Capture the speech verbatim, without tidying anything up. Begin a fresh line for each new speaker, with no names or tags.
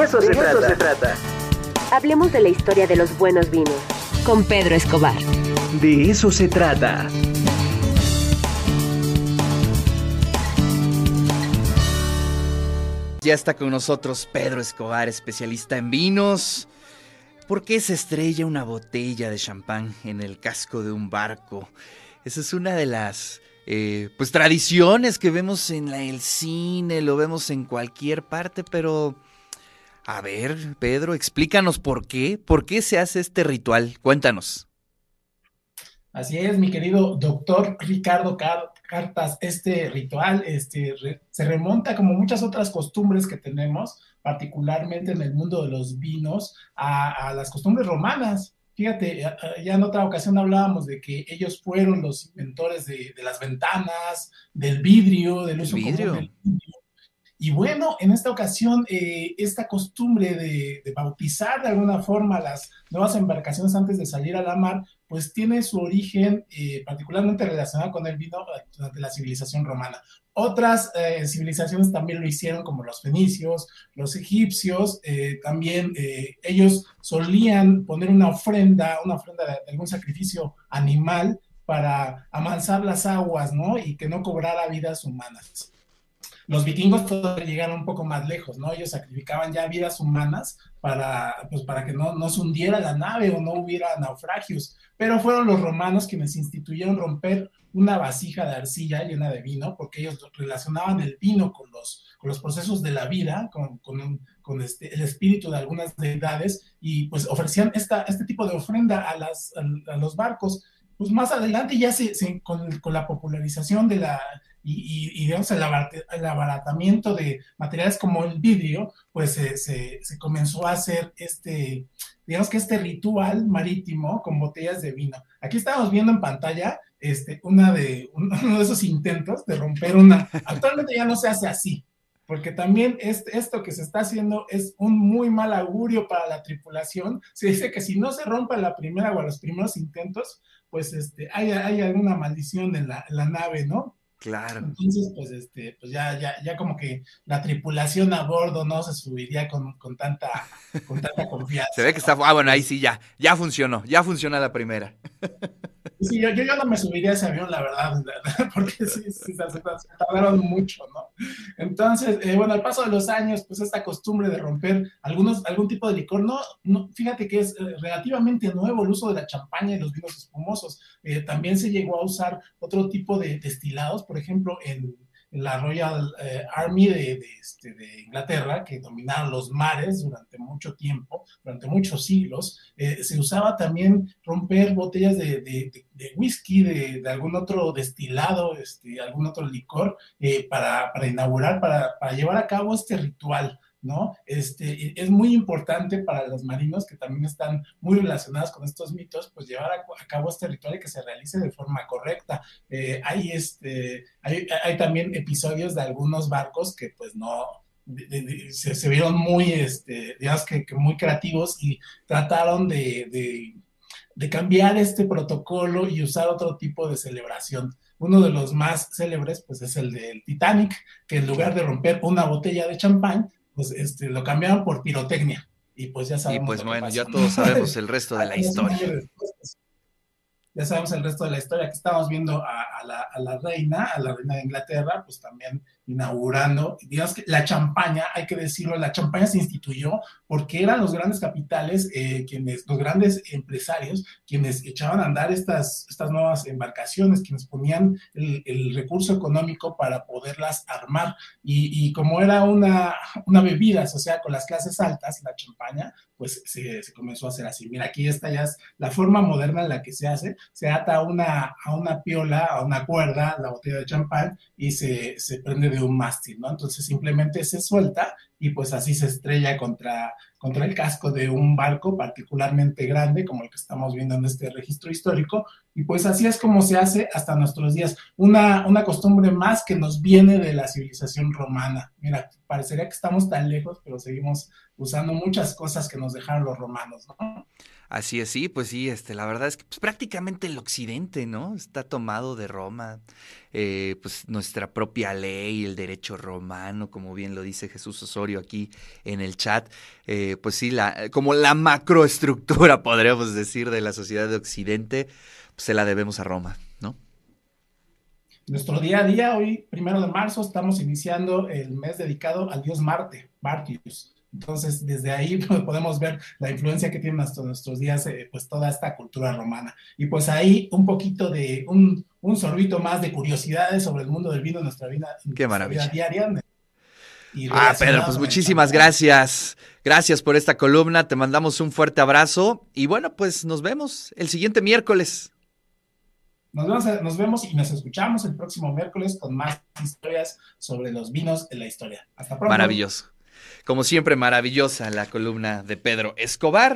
eso, se, eso trata. se trata.
Hablemos de la historia de los buenos vinos. Con Pedro Escobar.
De eso se trata.
Ya está con nosotros Pedro Escobar, especialista en vinos. ¿Por qué se estrella una botella de champán en el casco de un barco? Esa es una de las eh, pues tradiciones que vemos en la, el cine, lo vemos en cualquier parte, pero a ver, Pedro, explícanos por qué, por qué se hace este ritual. Cuéntanos.
Así es, mi querido doctor Ricardo Car- Cartas, este ritual este, re- se remonta, como muchas otras costumbres que tenemos, particularmente en el mundo de los vinos, a, a las costumbres romanas. Fíjate, a- a- ya en otra ocasión hablábamos de que ellos fueron los inventores de, de las ventanas, del vidrio, del
El
uso
vidrio.
común del vidrio. Y bueno, en esta ocasión, eh, esta costumbre de, de bautizar de alguna forma las nuevas embarcaciones antes de salir a la mar, pues tiene su origen eh, particularmente relacionado con el vino durante la civilización romana. Otras eh, civilizaciones también lo hicieron, como los fenicios, los egipcios, eh, también eh, ellos solían poner una ofrenda, una ofrenda de, de algún sacrificio animal para amansar las aguas, ¿no? Y que no cobrara vidas humanas. Los vikingos todavía llegaron un poco más lejos, ¿no? Ellos sacrificaban ya vidas humanas para, pues, para que no, no se hundiera la nave o no hubiera naufragios, pero fueron los romanos quienes instituyeron romper una vasija de arcilla llena de vino, porque ellos relacionaban el vino con los, con los procesos de la vida, con, con, con este, el espíritu de algunas deidades, y pues ofrecían esta, este tipo de ofrenda a, las, a, a los barcos. Pues más adelante ya se, se con, con la popularización de la y, y, y digamos el, abarat, el abaratamiento de materiales como el vidrio, pues se, se, se comenzó a hacer este, digamos que este ritual marítimo con botellas de vino. Aquí estamos viendo en pantalla este, una de, uno de esos intentos de romper una, actualmente ya no se hace así, porque también este, esto que se está haciendo es un muy mal augurio para la tripulación. Se dice que si no se rompe la primera o los primeros intentos, pues este, hay, hay alguna maldición en la, en la nave, ¿no?
Claro.
Entonces, pues, este, pues ya, ya, ya como que la tripulación a bordo no se subiría con, con tanta, con tanta confianza.
Se ve que
¿no?
está, ah, bueno, ahí sí ya, ya funcionó, ya funciona la primera.
Sí, yo, yo, yo no me subiría a ese avión, la verdad, porque sí, sí se, se tardaron mucho, ¿no? Entonces, eh, bueno, al paso de los años, pues esta costumbre de romper algunos, algún tipo de licor, no, no fíjate que es eh, relativamente nuevo el uso de la champaña y los vinos espumosos. Eh, también se llegó a usar otro tipo de destilados, por ejemplo, en la Royal eh, Army de, de, este, de Inglaterra, que dominaron los mares durante mucho tiempo, durante muchos siglos. Eh, se usaba también romper botellas de, de, de, de whisky, de, de algún otro destilado, este, algún otro licor, eh, para, para inaugurar, para, para llevar a cabo este ritual, ¿no? Este, es muy importante para los marinos que también están muy relacionados con estos mitos, pues llevar a, a cabo este ritual y que se realice de forma correcta. Eh, hay, este, hay, hay también episodios de algunos barcos que pues no, de, de, de, se, se vieron muy, este, digamos que, que muy creativos y trataron de, de, de cambiar este protocolo y usar otro tipo de celebración. Uno de los más célebres pues es el del Titanic, que en lugar de romper una botella de champán, pues este, lo cambiaron por pirotecnia. Y pues ya sabemos
y pues
lo
bueno,
que pasó,
ya
¿no?
todos sabemos el resto de la historia.
Ya sabemos el resto de la historia, que estamos viendo a, a, la, a la reina, a la reina de Inglaterra, pues también inaugurando, digamos que la champaña, hay que decirlo, la champaña se instituyó porque eran los grandes capitales, eh, quienes, los grandes empresarios, quienes echaban a andar estas, estas nuevas embarcaciones, quienes ponían el, el recurso económico para poderlas armar, y, y como era una, una bebida asociada con las clases altas, la champaña, pues se, se comenzó a hacer así. Mira, aquí esta ya es la forma moderna en la que se hace, se ata a una, a una piola, a una cuerda, la botella de champán, y se, se prende de un mástil, ¿no? Entonces simplemente se suelta y pues así se estrella contra, contra el casco de un barco particularmente grande, como el que estamos viendo en este registro histórico, y pues así es como se hace hasta nuestros días. Una, una costumbre más que nos viene de la civilización romana. Mira, parecería que estamos tan lejos, pero seguimos usando muchas cosas que nos dejaron los romanos, ¿no?
Así es, sí, pues sí, este, la verdad es que pues, prácticamente el occidente, ¿no? Está tomado de Roma, eh, pues nuestra propia ley, el derecho romano, como bien lo dice Jesús Osorio. auditorio aquí en el chat, eh, pues sí, la, como la macroestructura, podríamos decir, de la sociedad de Occidente, pues se la debemos a Roma, ¿no?
Nuestro día a día, hoy, primero de marzo, estamos iniciando el mes dedicado al dios Marte, Martius. Entonces, desde ahí podemos ver la influencia que tiene hasta nuestros días, eh, pues toda esta cultura romana. Y pues ahí un poquito de, un, un sorbito más de curiosidades sobre el mundo del vino en nuestra vida, en
Qué
nuestra vida
maravilla.
diaria. Y
Ah, Pedro, pues muchísimas gracias. Gracias por esta columna, te mandamos un fuerte abrazo y bueno, pues nos vemos el siguiente miércoles.
Nos vemos, nos vemos y nos escuchamos el próximo miércoles con más historias sobre los vinos en la historia. Hasta pronto.
Maravilloso. Como siempre, maravillosa la columna de Pedro Escobar.